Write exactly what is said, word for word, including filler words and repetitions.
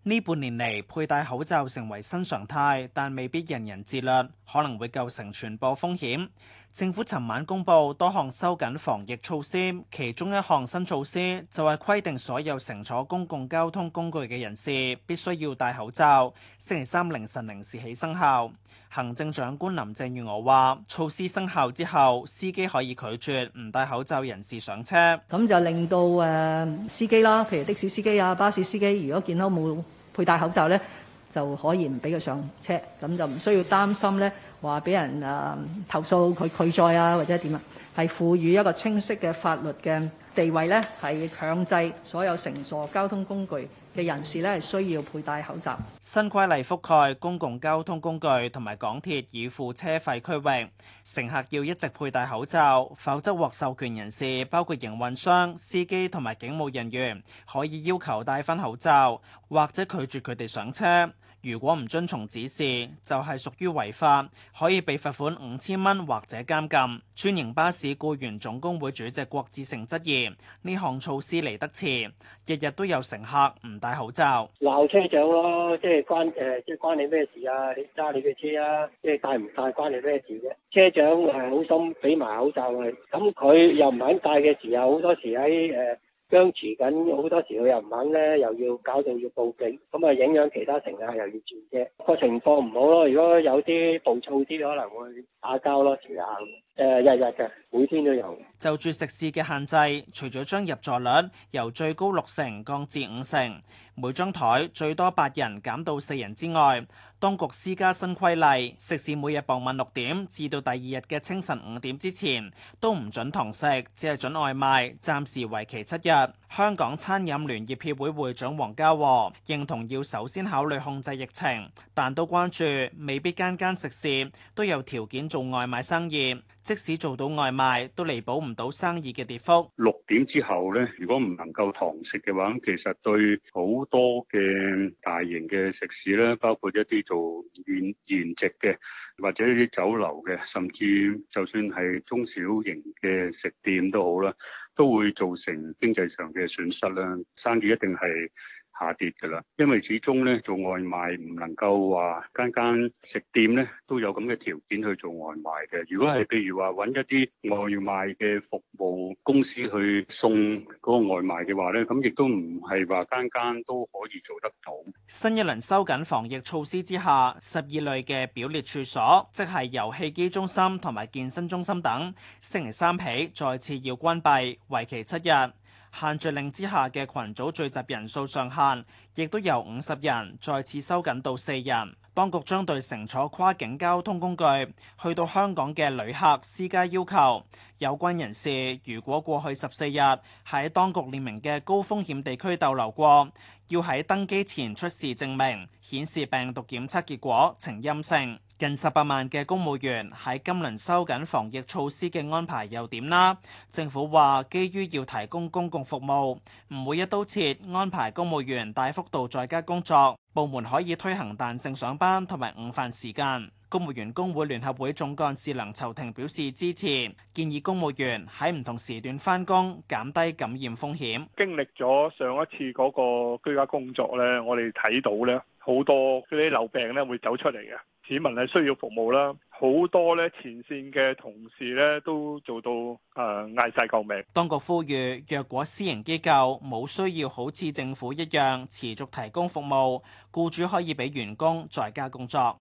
呢半年嚟，佩戴口罩成為新常態，但未必人人自律，可能會構成傳播風險。政府尋晚公布多項收緊防疫措施，其中一項新措施就係規定所有乘坐公共交通工具嘅人士必須要戴口罩。星期三凌晨零時起生效。行政長官林鄭月娥話：措施生效之後，司機可以拒絕唔戴口罩人士上車。 咁就令到誒司機啦，譬如的士司機啊、巴士司機，如果見到冇佩戴口罩咧，就可以唔俾佢上車，咁就唔需要擔心咧。話俾人誒投訴佢拒載啊，或者點啊，係賦予一個清晰嘅法律嘅地位咧，係強制所有乘坐交通工具嘅人士咧係需要佩戴口罩。 新規例覆蓋公共交通工具同埋港鐵已付車費區域，乘客要一直佩戴口罩，否則獲授權人士包括營運商、司機同埋警務人員可以要求戴返口罩，或者拒絕佢哋上車。如果唔遵從指示，就係屬於違法，可以被罰款五千蚊或者監禁。專營巴士僱員總工會主席郭志成質疑呢項措施嚟得遲，日日都有乘客唔戴口罩， 鬧車長咯，即係關誒，即係關你咩事啊？你揸你嘅車啊，即係戴唔戴關你咩事啫？車長係好心俾埋口罩佢，咁佢又唔肯戴嘅時候，好多時喺誒。僵持緊，好多時佢又唔肯咧，又要搞到要報警，咁啊影響其他乘客又要轉車，個情況唔好咯。如果有啲暴躁啲，可能會打交咯，時下誒日日嘅，每天都有。 就住食肆嘅限制，除咗將入座率由最高六成降至五成，每張台最多八人減到四人之外，當局施加新規例，食肆每日傍晚六點至到第二日嘅清晨五點之前都唔准堂食，只係准外賣，暫時為期七日。香港餐飲聯業協會會長黃家和認同要首先考慮控制疫情，但都關注未必間間食肆都有條件做外賣生意，即使做到外賣都彌補唔到生意嘅跌幅。 六點之後咧，如果唔能夠堂食嘅話，其實對好多嘅大型嘅食肆咧，包括一啲做宴宴席嘅，或者一啲酒樓嘅，甚至就算係中小型嘅食店都好啦，都會造成經濟上嘅損失啦，生意一定係下跌㗎啦。因為始終咧做外賣唔能夠話間間食店咧都有咁嘅條件去做外賣嘅。如果係譬如話揾一啲外賣嘅服務公司去送嗰個外賣嘅話咧，咁亦都唔係話間間都可以做得到。 新一輪收緊防疫措施之下，十二類嘅表列處所，即係遊戲機中心同埋健身中心等，星期三起再次要關閉，為期七日。限聚令之下嘅群組聚集人數上限，亦都由五十人再次收緊到四人。當局將對乘坐跨境交通工具去到香港嘅旅客施加要求，有關人士如果過去十四日喺當局列明嘅高風險地區逗留過，要喺登機前出示證明，顯示病毒檢測結果呈陰性。近十八萬嘅公務員喺今輪收緊防疫措施嘅安排又點啦？政府話基於要提供公共服務，唔會一刀切安排公務員大幅度在家工作，部門可以推行彈性上班同埋午飯時間。公務員工會聯合會總幹事梁籌庭表示支持，建議公務員喺唔同時段返工，減低感染風險。 經歷咗上一次嗰個居家工作咧，我哋睇到咧好多嗰啲流病咧會走出嚟嘅。市民係需要服務啦，好多咧前線嘅同事咧都做到誒嗌晒救命。 當局呼籲，若果私營機構冇需要好似政府一樣持續提供服務，僱主可以俾員工在家工作。